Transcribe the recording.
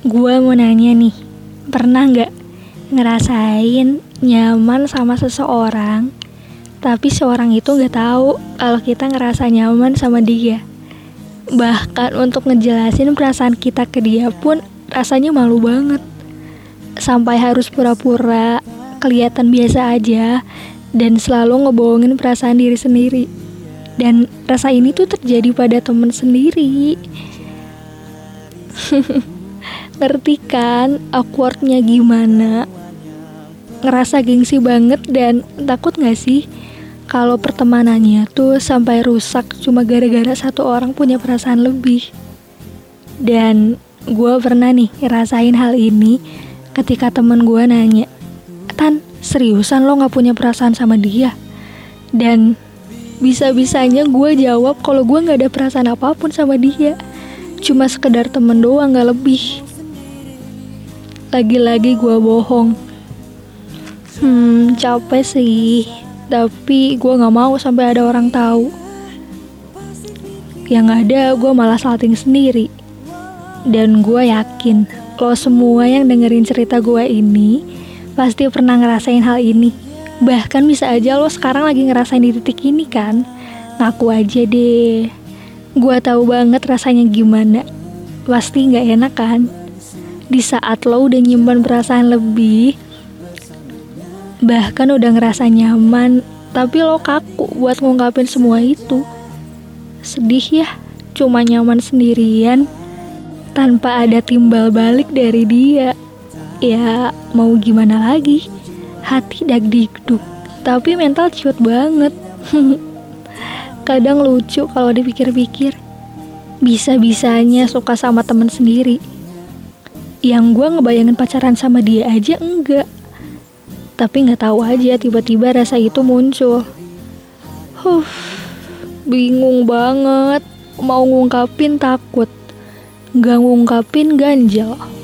Gua mau nanya nih, pernah nggak ngerasain nyaman sama seseorang, tapi seorang itu nggak tahu kalau kita ngerasa nyaman sama dia? Bahkan untuk ngejelasin perasaan kita ke dia pun rasanya malu banget. Sampai harus pura-pura kelihatan biasa aja dan selalu ngebohongin perasaan diri sendiri. Dan rasa ini tuh terjadi pada temen sendiri. Ngerti kan awkwardnya gimana? Ngerasa gengsi banget dan takut gak sih kalau pertemanannya tuh sampai rusak cuma gara-gara satu orang punya perasaan lebih? Dan gue pernah nih ngerasain hal ini ketika temen gue nanya, "Tan, seriusan lo gak punya perasaan sama dia?" Dan bisa-bisanya gue jawab kalau gue gak ada perasaan apapun sama dia, cuma sekedar temen doang, gak lebih. Lagi-lagi gue bohong. Capek sih, tapi gue gak mau sampai ada orang tahu. Yang ada gue malah salting sendiri. Dan gue yakin lo semua yang dengerin cerita gue ini pasti pernah ngerasain hal ini. Bahkan bisa aja lo sekarang lagi ngerasain di titik ini kan. Ngaku aja deh. Gue tahu banget rasanya gimana. Pasti gak enak kan? Di saat lo udah nyimpan perasaan lebih, bahkan udah ngerasa nyaman, tapi lo kaku buat ngungkapin semua itu. Sedih ya, cuma nyaman sendirian tanpa ada timbal balik dari dia. Ya mau gimana lagi, hati dagdikduk, tapi mental ciut banget. Kadang lucu kalau dipikir-pikir, bisa-bisanya suka sama temen sendiri. Yang gue ngebayangin pacaran sama dia aja enggak. Tapi gak tahu aja tiba-tiba rasa itu muncul. Bingung banget. Mau ngungkapin takut, gak ngungkapin ganjel.